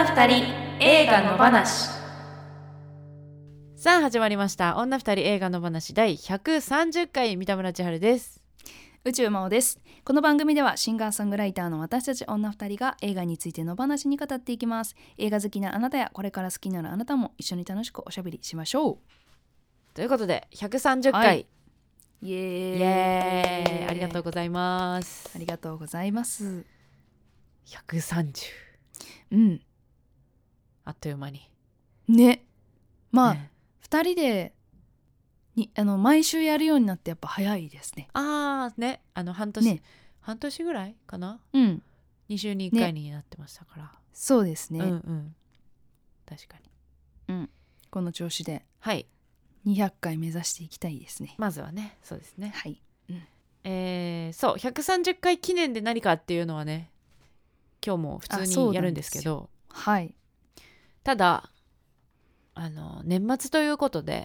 女二人映画の話。 さあ始まりました女二人映画の話第130回。三田村千春です。 宇宙魔王です。この番組ではシンガーソングライターの私たち女二人が映画についての話に語っていきます。映画好きなあなたやこれから好きになるあなたも一緒に楽しくおしゃべりしましょう。 ということで130回、 はい、イエーイ、 イエーイ、ありがとうございます。 ありがとうございます。 130、あっという間にね。まあ、 ね、 2人で毎週やるようになってやっぱ早いですね。 ね、半年ぐらいかな、2週に1回になってましたから、 そうですね、 確かに、 この調子ではい 200回目指していきたいですね。 まずはね、そうですね、 はい、 そう130回記念で何かっていうのはね、今日も普通にやるんですけど、 はい、 ただ年末ということで、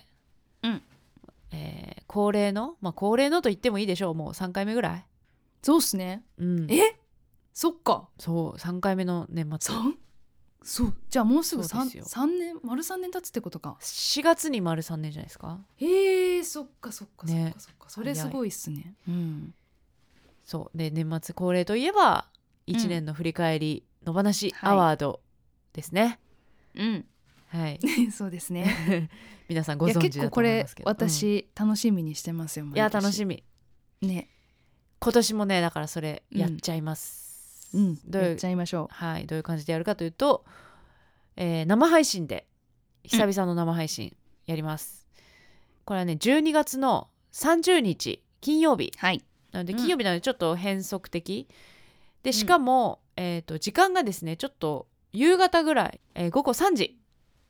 恒例のと言ってもいいでしょう、もう3回目ぐらい。 そうっすね。そっか、 そう3回目の年末。 そうじゃあもうすぐそうですよ。 3年丸3年経つってことか。 4月に丸3年じゃないですか。 そっか、 ね、 それすごいっすね。 そうで、年末恒例といえば1年の振り返りの話アワードですね。はい、 そうですね。 皆さんご存知だと思いますけど、 結構これ私、楽しみにしてますよ。 いや楽しみね。 今年もね、だからそれやっちゃいます。 やっちゃいましょう。 はい、どういう感じでやるかというと、生配信で久々の生配信やります。これはね12月の30日金曜日、なので金曜日なのでちょっと変則的、でしかも、時間がですねちょっと夕方ぐらい、午後3時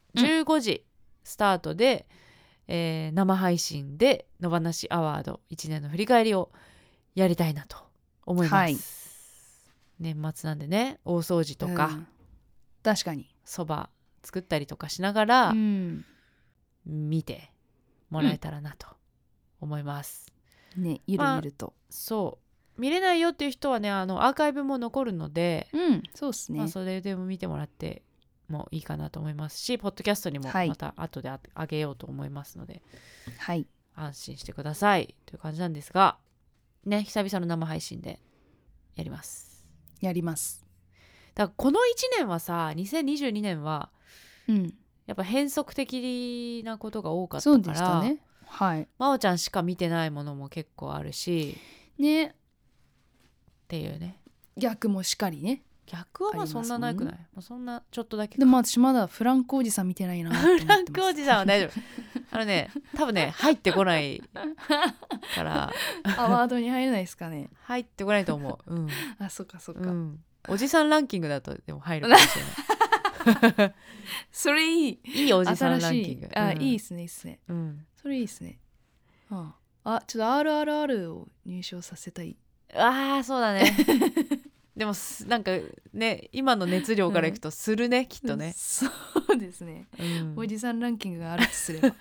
15時スタートで、生配信で野放しアワード1年の振り返りをやりたいなと思います。年末なんでね、大掃除とか、 確かにそば作ったりとかしながら、見てもらえたらなと思います。 ね、ゆるゆると、 そう見れないよっていう人はね、アーカイブも残るので、 そうですね、 それでも見てもらってもいいかなと思いますし、ポッドキャストにもまた後であげようと思いますので、安心してくださいという感じなんですがね、久々の生配信でやります。だからこの1年はさ、2022年は、やっぱ変則的なことが多かったから、 そうでしたね。 真央ちゃんしか見てないものも結構あるしねっていうね。 逆もしかりね。 逆はまあそんななくない、そんなちょっとだけか。 でも私まだフランクおじさん見てないなって思ってます。 フランクおじさんは大丈夫多分ね入ってこないからアワードに入れないですかね。 入ってこないと思う。 あ、そっか、 おじさんランキングだとでも入るかもしれないそれいいおじさんランキング。 いいっすね、それいいっすね。ちょっと RRR を入賞させたい。 そうだねでもなんかね、今の熱量からいくとするね、きっとね。 そうですね、おじさんランキングがあるとすれば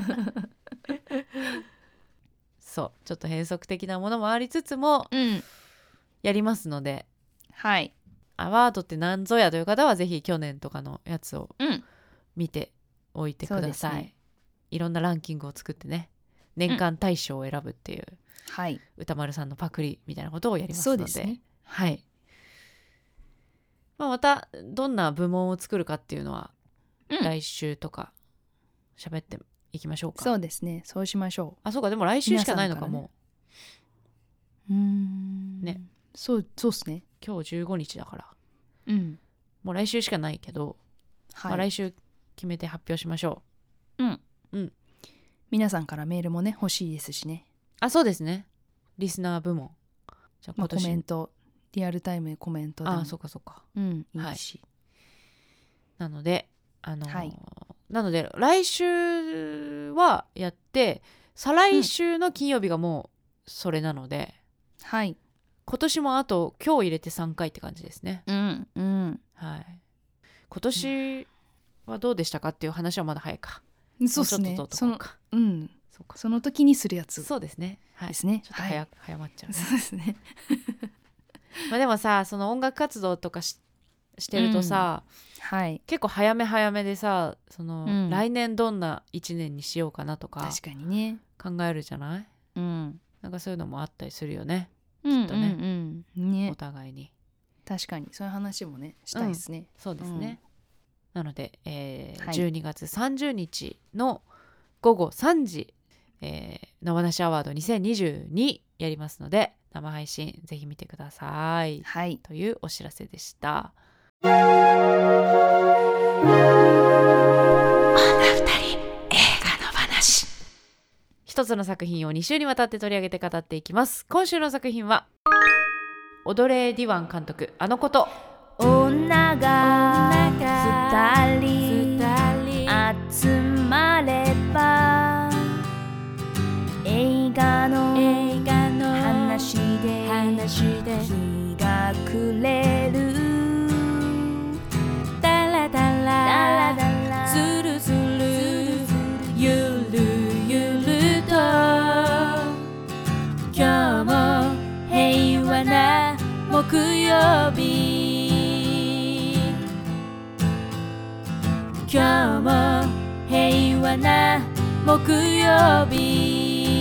そうちょっと変則的なものもありつつも、やりますので、アワードって何ぞやという方はぜひ去年とかのやつを見ておいてください。いろんなランキングを作ってね、年間大賞を選ぶっていう、歌丸さんのパクリみたいなことをやりますので、 そうですね。 またどんな部門を作るかっていうのは、来週とか喋っていきましょうか。 そうですね、そうしましょう。 そうか、でも来週しかないのか、もうね。そうっすね。 今日15日だから、もう来週しかないけど、来週決めて発表しましょう。 皆さんからメールもね欲しいですしね。 そうですね、リスナー部門、じゃあコメント、リアルタイムコメントでもそうか、 いいし、 なので来週はやって、再来週の金曜日がもうそれなので、今年もあと今日入れて3回って感じですね。今年はどうでしたかっていう話はまだ早いか。 そうですね。 もうちょっとその時にするやつ。 そうですね。 ですね。 ちょっと早まっちゃう。 そうですね。 でもさ、その音楽活動とかしてるとさ、 はい、 結構早めでさその、 うん、 来年どんな1年にしようかなとか確かにね、 考えるじゃない、 うん、 なんかそういうのもあったりするよね、 うん、 きっとね、 うんうんね、 お互いに。 確かにそういう話もねしたいですね、 そうですね、なので、 はい、 12月30日の午後3時、野放しアワード2022やりますので生配信ぜひ見てください、 はい、 というお知らせでした。一つの作品を2週にわたって取り上げて語っていきます。今週の作品はオドレー・ディワン監督、あのこと。 女が二人集まれば映画の話で日が暮れる。ダラダラズルズルゆるゆると今日も平和な木曜日、今日も平和な木曜日。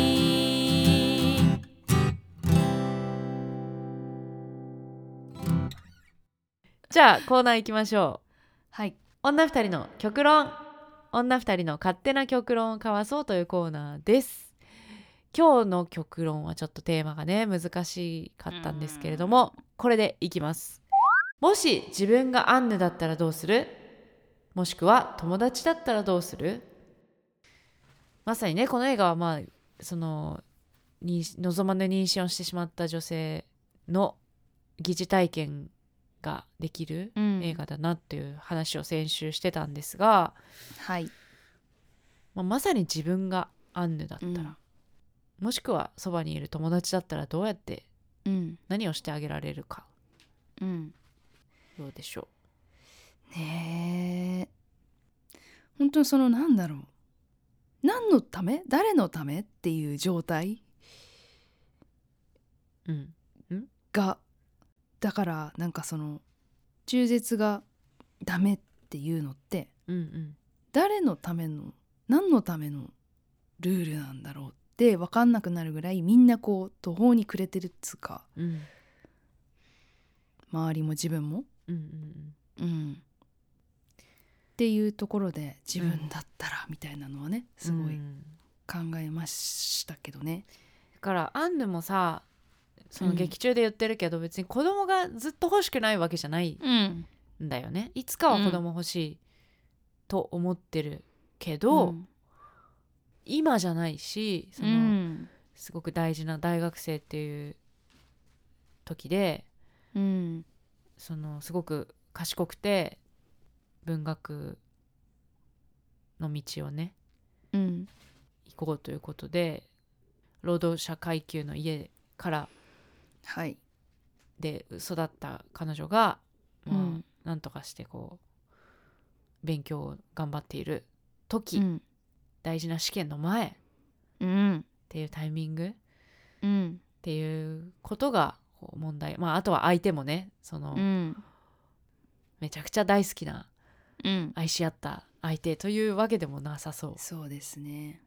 じゃあコーナー行きましょう。 はい、 女二人の極論、女二人の勝手な極論を交わそうというコーナーです。今日の極論はちょっとテーマがね難しかったんですけれども、これでいきます。もし自分がアンヌだったらどうする？もしくは友達だったらどうする？まさにねこの映画はまあその望まぬ妊娠をしてしまった女性の疑似体験ができる映画だなっていう話を先週してたんですが、 はい、 まさに自分がアンヌだったら、もしくはそばにいる友達だったらどうやって何をしてあげられるか、どうでしょうねえ、本当にそのなんだろう、何のため誰のためっていう状態が、だからなんかその中絶がダメっていうのって、誰のための何のためのルールなんだろうって分かんなくなるぐらいみんなこう途方に暮れてるっつうか、周りも自分も、っていうところで自分だったらみたいなのはねすごい考えましたけどね。 だからアンヌもさその劇中で言ってるけど、別に子供がずっと欲しくないわけじゃないんだよね、いつかは子供欲しいと思ってるけど、今じゃないしその、すごく大事な大学生っていう時で、そのすごく賢くて文学の道をね、行こうということで労働者階級の家からで育った彼女が、なんとかしてこう勉強を頑張っている時、大事な試験の前、っていうタイミング、っていうことがこう問題、あとは相手もねその、めちゃくちゃ大好きな、愛し合った相手というわけでもなさそう。 そうですね、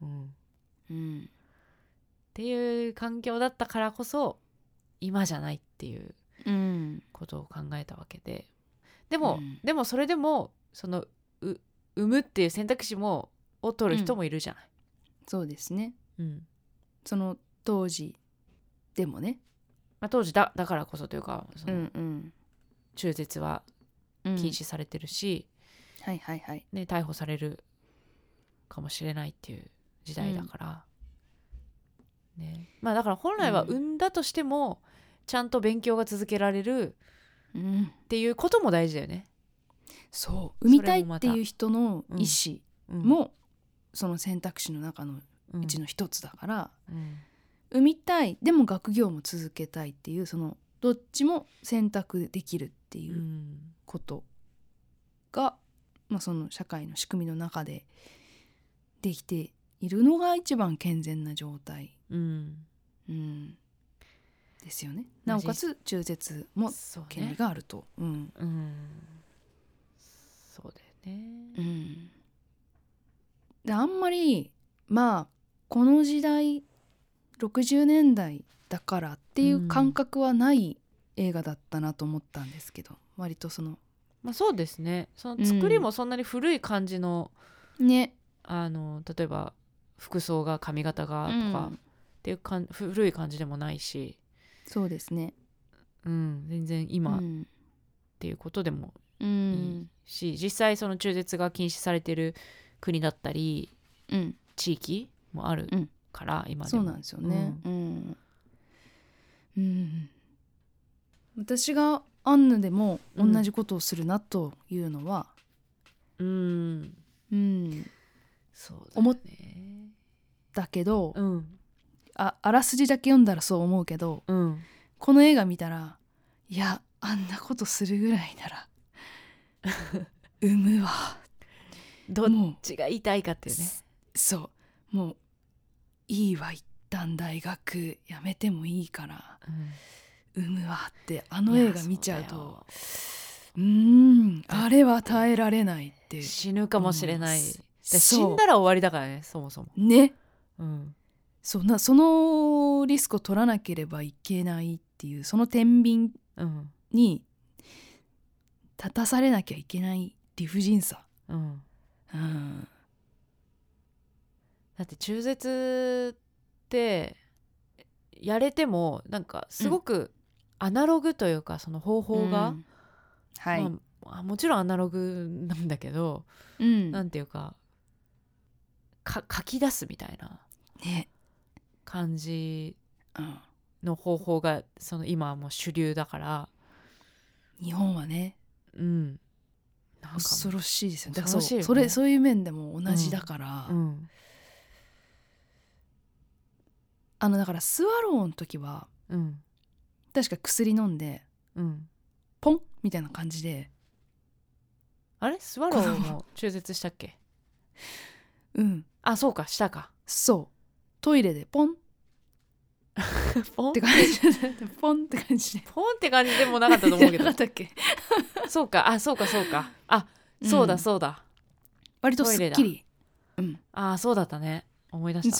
っていう環境だったからこそ今じゃないっていうことを考えたわけで、でもそれでもその産むっていう選択肢を取る人もいるじゃない、 そうですね、その当時でもね、 当時だからこそというかその、中絶は禁止されてるし、逮捕されるかもしれないっていう時代だから、だから本来は産んだとしてもちゃんと勉強が続けられるっていうことも大事だよね。 そう産みたいっていう人の意思もその選択肢の中のうちの一つだから、産みたいでも学業も続けたいっていうそのどっちも選択できるっていうことが、その社会の仕組みの中でできているのが一番健全な状態、ですよね。なおかつ中絶も権利があると、 そうだよね、 うん、であんまりまあこの時代60年代だからっていう感覚はない映画だったなと思ったんですけど、割とそのまあそうですね、その作りもそんなに古い感じの、 ね、 例えば服装が髪型がとかっていう古い感じでもないし、 そうですね、 全然今っていうことでもいいし、実際その中絶が禁止されてる国だったり、地域もあるから、今でもそうなんですよね、私がアンヌでも同じことをするなというのはそうだね、 思ったけど、あらすじだけ読んだらそう思うけど、この映画見たら、いやあんなことするぐらいなら産むわ、 どっちが言いたいかっていうね。 そうもういいわ、一旦大学やめてもいいから、産むわって映画見ちゃうと、あれは耐えられないって、 死ぬかもしれない、死んだら終わりだからね、そもそもね、そのリスクを取らなければいけないっていう、その天秤に立たされなきゃいけない理不尽さ、 だって中絶ってやれてもなんかすごくアナログというか、その方法が、もちろんアナログなんだけど、なんていうか書き出すみたいな感じの方法がその今はもう主流だから、 日本はね、 なんか恐ろしいですよね。だからそういう面でも同じだから、だからスワローの時は、確か薬飲んで、ポンみたいな感じで、 あれスワローも中絶したっけ？あ、そうか、したか。 そうトイレでポンポンって感じでポンって感じでポンって感じでもなかったと思うけどなかったっけそうか、そうかあ、そうだそうだ、 割とすっきり、 そうだったね、思い出した。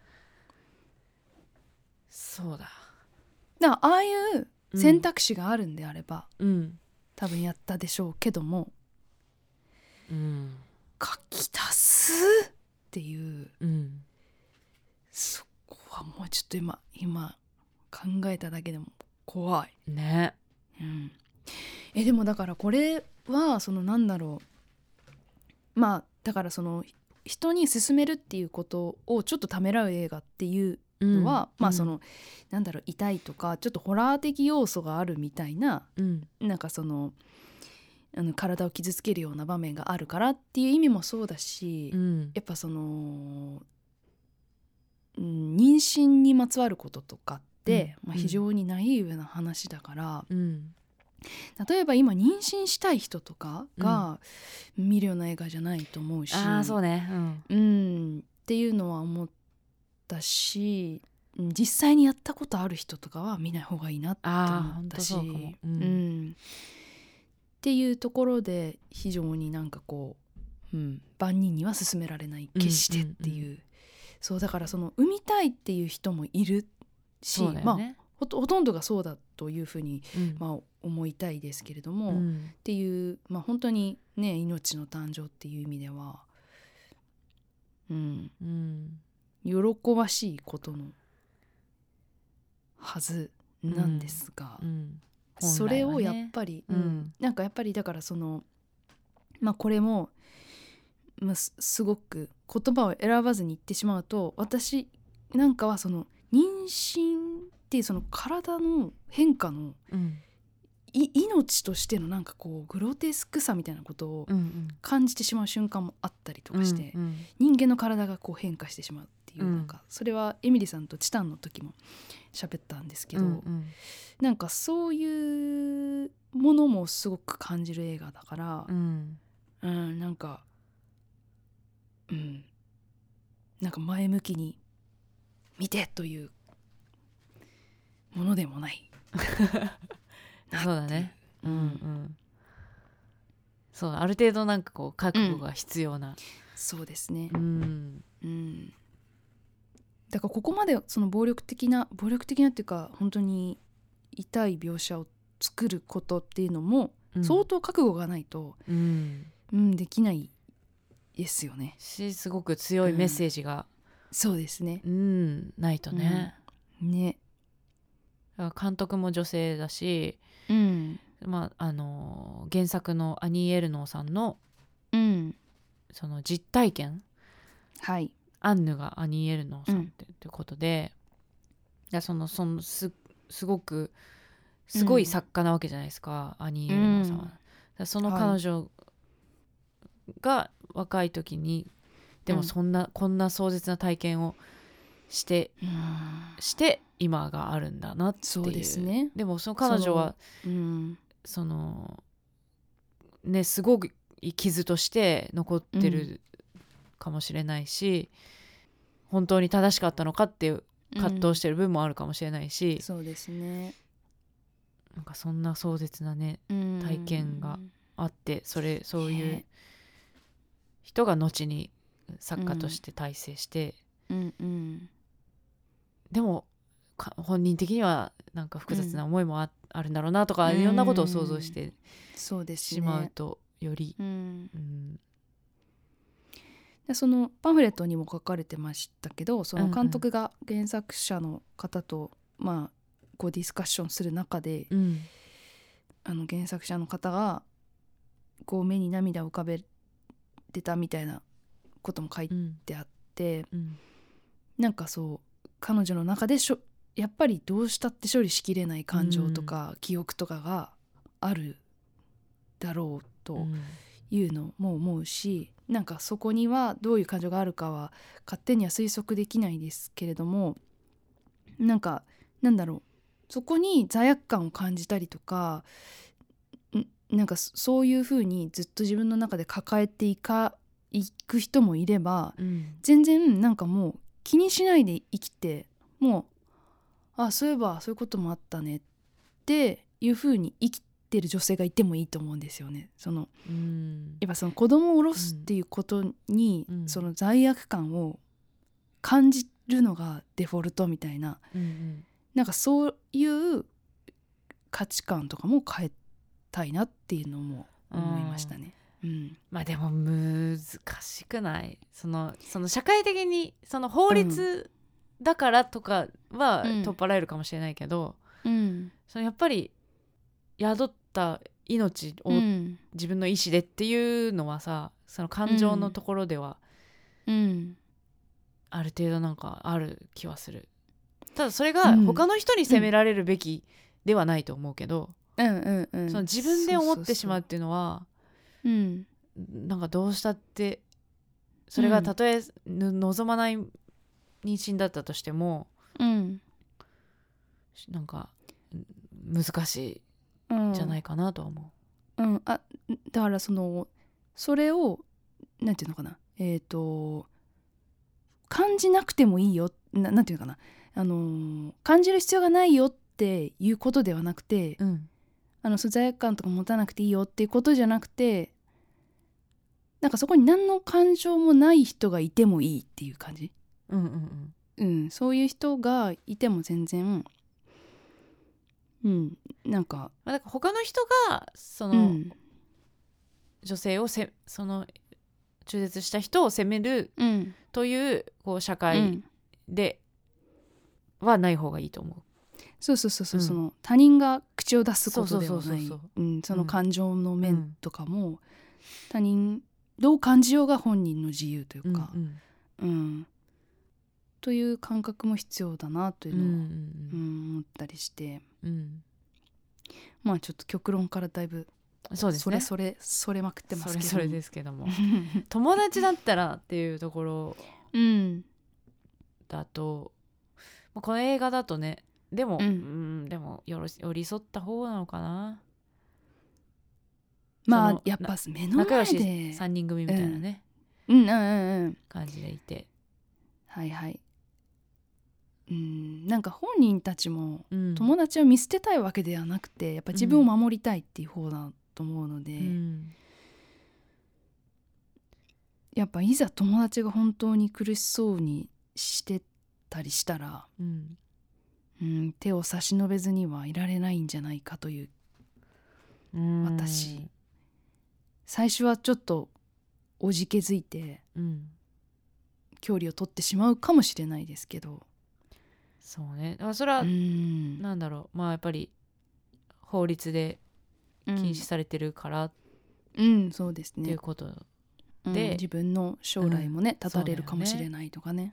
そうだ。 だからああいう選択肢があるんであれば、多分やったでしょうけども、書き出すっていう、そこはもうちょっと今考えただけでも怖いね。 でもだからこれはそのなんだろう、まあだからその人に勧めるっていうことをちょっとためらう映画っていうのは、まあそのなんだろう、痛いとかちょっとホラー的要素があるみたいな、なんかその体を傷つけるような場面があるからっていう意味もそうだし、やっぱその、妊娠にまつわることとかって、非常にナイーブな話だから、例えば今妊娠したい人とかが見るような映画じゃないと思うし、 そうね、 っていうのは思ったし、実際にやったことある人とかは見ない方がいいなって思ったし、っていうところで非常になんかこう、万人には勧められない決してっていう、そうだからその産みたいっていう人もいるし、ほとんどがそうだというふうに、思いたいですけれども、っていう、本当にね命の誕生っていう意味では、喜ばしいことのはずなんですが、それをやっぱり、なんかやっぱりだからそのこれも、すごく言葉を選ばずに言ってしまうと、私なんかはその妊娠っていうその体の変化の、命としてのなんかこうグロテスクさみたいなことを感じてしまう瞬間もあったりとかして、人間の体がこう変化してしまうっていう、なんかそれはエミリさんとチタンの時も喋ったんですけど、なんかそういうものもすごく感じる映画だから、なんかなんか前向きに見てというものでもないそうだね、 そうある程度なんかこう覚悟が必要な、 そうですね、だからここまでその暴力的なっていうか本当に痛い描写を作ることっていうのも相当覚悟がないと、できないですよね。 すごく強いメッセージが、 そうですね、 ないとね、 ね。 監督も女性だし、まあ原作のアニー・エルノーさんの、その実体験、アンヌがアニー・エルノーさんっていうことで、すごくすごい作家なわけじゃないですか、アニー・エルノーさんは。その彼女が若い時に、でもこんな壮絶な体験をして今があるんだなっていう。 そうですね。 でもその彼女はね、すごく傷として残ってるかもしれないし、本当に正しかったのかっていう葛藤してる部分もあるかもしれないし、 そうですね。 なんかそんな壮絶なね、体験があって、そういう人が後に作家として大成して、でも本人的にはなんか複雑な思いも あるんだろうなとか、いろんなことを想像してしまうとより、 そのパンフレットにも書かれてましたけど、その監督が原作者の方と、こうディスカッションする中で、原作者の方がこう目に涙を浮かべてたみたいなことも書いてあって、なんかそう彼女の中でやっぱりどうしたって処理しきれない感情とか、記憶とかがあるだろうというのも思うし、なんかそこにはどういう感情があるかは勝手には推測できないですけれども、なんだろう、そこに罪悪感を感じたりとか、なんかそういうふうにずっと自分の中で抱えていく人もいれば、全然なんかもう気にしないで生きて、もうそういえばそういうこともあったねっていうふうに生きてる女性がいてもいいと思うんですよね。やっぱその子供を下ろすっていうことに、その罪悪感を感じるのがデフォルトみたいな、なんかそういう価値観とかも変えたいなっていうのも思いましたね。 でも難しくない？その社会的にその法律だからとかは取っ払えるかもしれないけど、そのやっぱり宿った命を自分の意思でっていうのはさ、その感情のところではある程度なんかある気はする。ただそれが他の人に責められるべきではないと思うけど、その自分で思ってしまうっていうのは、なんかどうしたってそれがたとえ望まない妊娠だったとしても、なんか難しいじゃないかなとは思う。 だからそれをなんていうのかな、感じなくてもいいよ、なんていうのかな、感じる必要がないよっていうことではなくて、罪悪感とか持たなくていいよっていうことじゃなくて、なんかそこに何の感情もない人がいてもいいっていう感じ、そういう人がいても全然、なんかだから他の人がその、女性をその中絶した人を責めるという、こう社会ではない方がいいと思う。 その他人が口を出すことではない、その感情の面とかも、他人どう感じようが本人の自由というか、という感覚も必要だなというのを、思ったりして、ちょっと極論からだいぶそうですね、 それまくってますけど、 それですけども友達だったらっていうところだと、この映画だとね、でも、でも寄り添った方なのかな。 やっぱ目の前で仲良し3人組みたいなね、感じでいて、 なんか本人たちも友達を見捨てたいわけではなくて、やっぱ自分を守りたいっていう方だと思うので、 やっぱいざ友達が本当に苦しそうにしてたりしたら、手を差し伸べずにはいられないんじゃないかという、私最初はちょっとおじけづいて、距離を取ってしまうかもしれないですけど、 そうね、だからそれはなんだろう、まあやっぱり法律で禁止されてるから、 そうですね、 っていうことで、 自分の将来もね、絶たれるかもしれないとかね、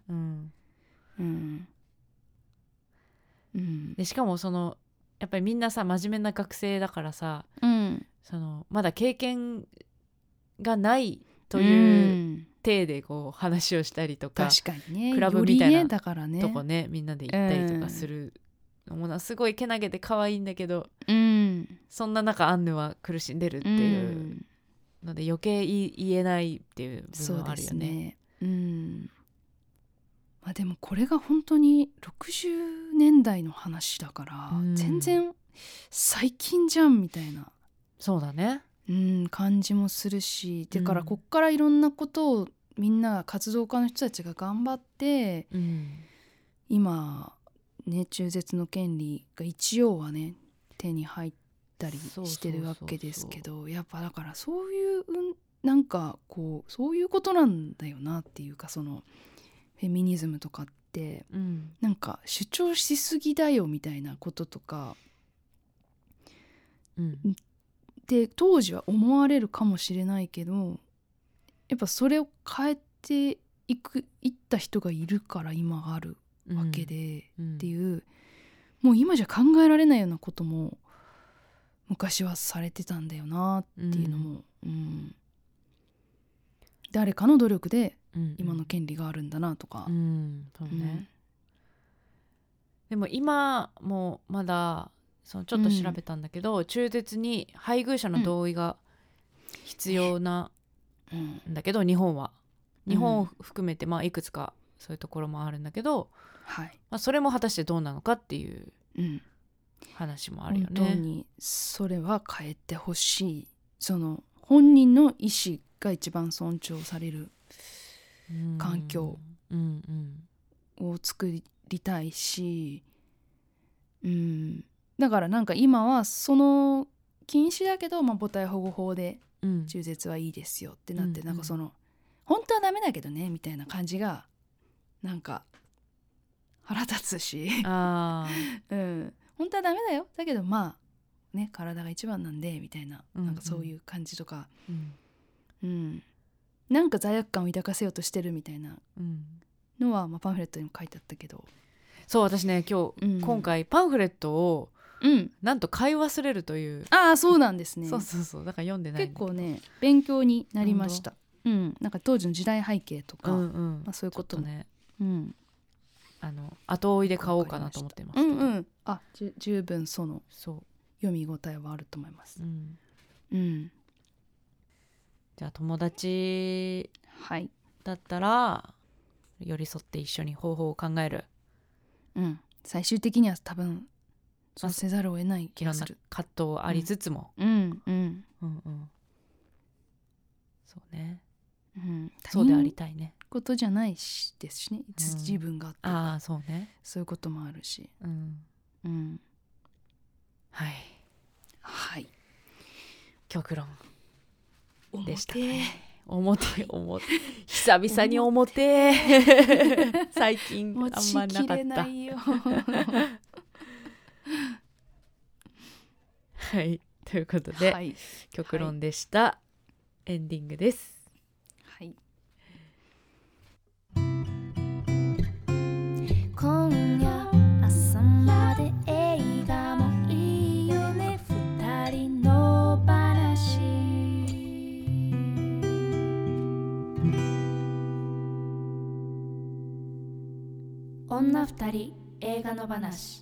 でしかもそのやっぱりみんなさ真面目な学生だからさ、そのまだ経験がないという体でこう話をしたりとか、 確かにね、 クラブみたいなだからね、 とこね、みんなで行ったりとかするのもすごいけなげで可愛いんだけど、そんな中アンヌは苦しんでるっていうので余計言えないっていう部分はあるよね。 まあ、でもこれが本当に60年代の話だから、全然最近じゃんみたいな、 そうだね、 感じもするし、だからこっからいろんなことをみんな活動家の人たちが頑張って、今ね、中絶の権利が一応はね手に入ったりしてるわけですけど、やっぱだからそういうなんかこうそういうことなんだよなっていうか、そのフェミニズムとかって、なんか主張しすぎだよみたいなこととか、で当時は思われるかもしれないけど、やっぱそれを変えていった人がいるから今があるわけで、っていう、もう今じゃ考えられないようなことも昔はされてたんだよなっていうのも、誰かの努力で今の権利があるんだなとか、 そうね、でも今もまだそのちょっと調べたんだけど、中絶に配偶者の同意が必要なんだけど、日本を含めて、まあいくつかそういうところもあるんだけど、それも果たしてどうなのかっていう話もあるよね。 本当にそれは変えてほしい。その本人の意思が一番尊重される環境を作りたいし、だからなんか今はその禁止だけど、母体保護法で中絶はいいですよってなって、なんかその本当はダメだけどねみたいな感じがなんか腹立つし本当はダメだよ、だけどまあね体が一番なんでみたいな、なんかそういう感じとか、なんか罪悪感を抱かせようとしてるみたいなのは、パンフレットにも書いてあったけど、 そう、私ね今回パンフレットをなんと買い忘れるという。 そうなんですね。 そうだから読んでない。 結構ね勉強になりました。なんか当時の時代背景とか、そういうこともね、 後追いで買おうかなと思ってますけど、 十分その読み応えはあると思います。 じゃあ友達だったら寄り添って一緒に方法を考える。 最終的には多分そうせざるを得ない気がする。 いろんな葛藤ありつつも、そうね、そうでありたいね。 ことじゃないしですしね、自分があそうね、 そういうこともあるし、はい極論でしたね。表久々に表最近あんまなかった。持ちきれないよはいということで、極論でした、エンディングです。 今夜朝まで映画もいいよね、二人の話。女二人映画の話。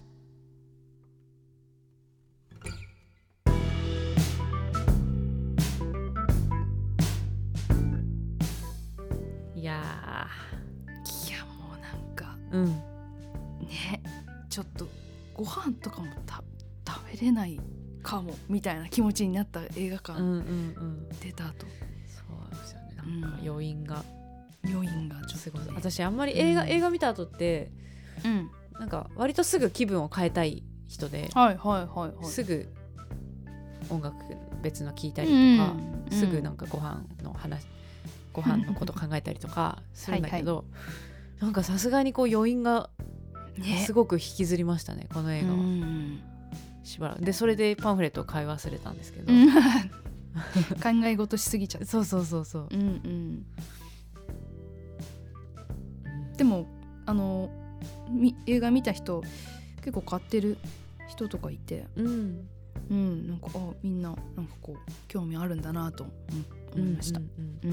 いやもうなんかね、ちょっとご飯とかも食べれないかもみたいな気持ちになった映画館出た後、 そうですよね。 なんか余韻がちょっとすごい。私あんまり映画見た後って、なんか割とすぐ気分を変えたい人で、すぐ音楽別の聴いたりとか、すぐなんかご飯のこと考えたりとかするんだけど、なんかさすがにこう余韻がすごく引きずりましたね、この映画は。しばらくで、それでパンフレットを買い忘れたんですけど、 考え事しすぎちゃった。 そう、 でも映画見た人結構買ってる人とかいて、なんかみんななんかこう興味あるんだなと思いました。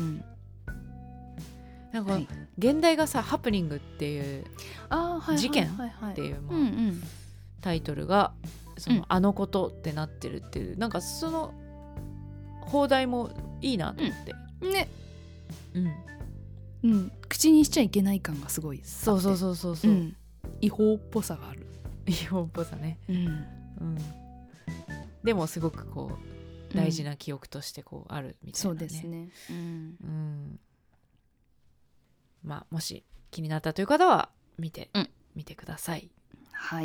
なんか現代がさ、ハプニングっていう事件っていうタイトルがあのことってなってるっていう、なんかその放題もいいなと思ってね。 口にしちゃいけない感がすごい。 そう、 違法っぽさがある。 違法っぽさね。でもすごくこう大事な記憶としてこうあるみたいなね。 そうですね。 まあもし気になったという方は見てください。はい。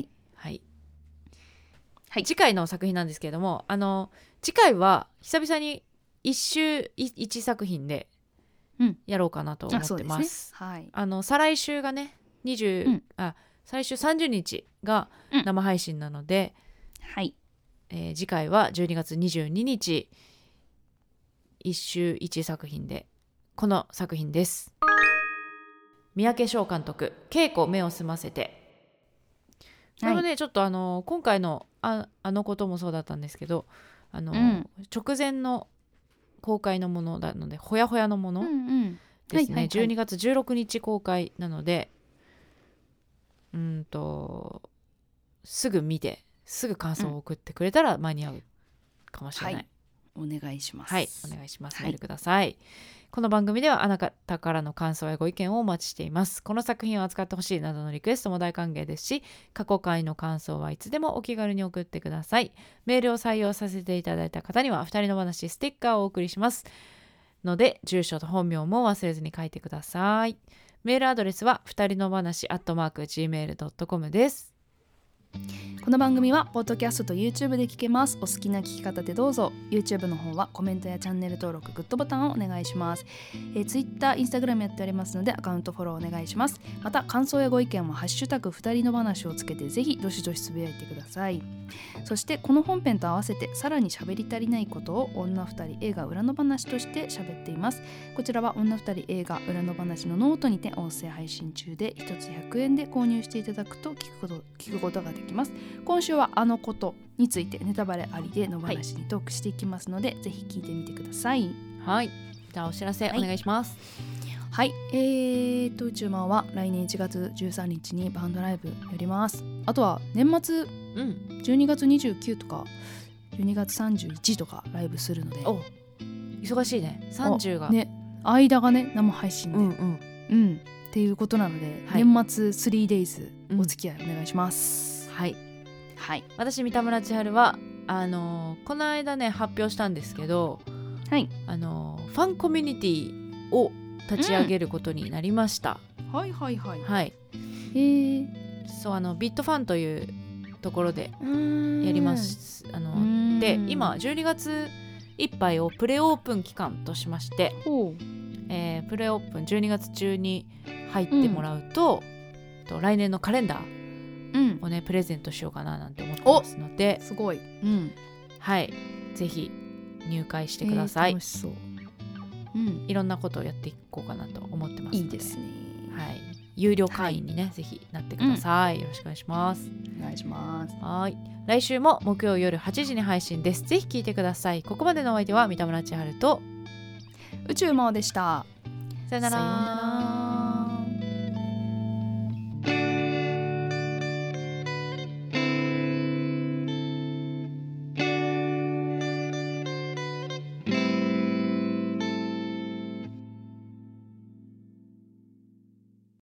次回の作品なんですけれども、次回は久々に1作品でやろうかなと思ってます。再来週がね再来週30日が生配信なので、次回は12月22日1週1作品でこの作品です。三宅翔監督、稽古目を澄ませて。これね、ちょっと今回のあのこともそうだったんですけど、直前の公開のものなのでほやほやのものですね。12月16日公開なので、すぐ見てすぐ感想を送ってくれたら間に合うかもしれない。 お願いします。 お願いします。メールください。この番組ではあなたからの感想やご意見をお待ちしています。この作品を扱ってほしいなどのリクエストも大歓迎ですし、過去回の感想はいつでもお気軽に送ってください。メールを採用させていただいた方には2人の話ステッカーをお送りしますので、住所と本名も忘れずに書いてください。メールアドレスは2人の話@gmail.com です。 この番組はポッドキャストと YouTube で聞けます。お好きな聞き方でどうぞ。 YouTube の方はコメントやチャンネル登録、グッドボタンをお願いします。Twitter、Instagram やっておりますのでアカウントフォローお願いします。また感想やご意見はハッシュタグ2人の話をつけてぜひどしどしつぶやいてください。そしてこの本編と合わせてさらに喋り足りないことを女2人映画裏の話として喋っています。こちらは女2人映画裏の話のノートにて音声配信中で、1つ100円で購入していただくと聞くことができます。今週はあのことについてネタバレありでの話にトークしていきますので、ぜひ聞いてみてください。 じゃあお知らせお願いします。 宇宙マンは来年1月13日にバンドライブやります。あとは年末、12月29とか12月31とかライブするので、 忙しいね。30がね、間がね生配信で、っていうことなので、年末 3days お付き合いお願いします。 私三田村千春はこの間ね発表したんですけど、ファンコミュニティを立ち上げることになりました。そうビットファンというところでやります。で今12月いっぱいをプレオープン期間としまして、プレオープン12月中に入ってもらうと、来年のカレンダーをねプレゼントしようかななんて思ってますので、 すごい、 ぜひ入会してください。 楽しそう。 いろんなことをやっていこうかなと思ってますので、 いいですね。 有料会員にね、ぜひなってください。よろしくお願いします。 お願いします。 来週も木曜夜8時に配信です。ぜひ聞いてください。ここまでのお相手は三田村千春と宇宙魔王でした。 さよなら。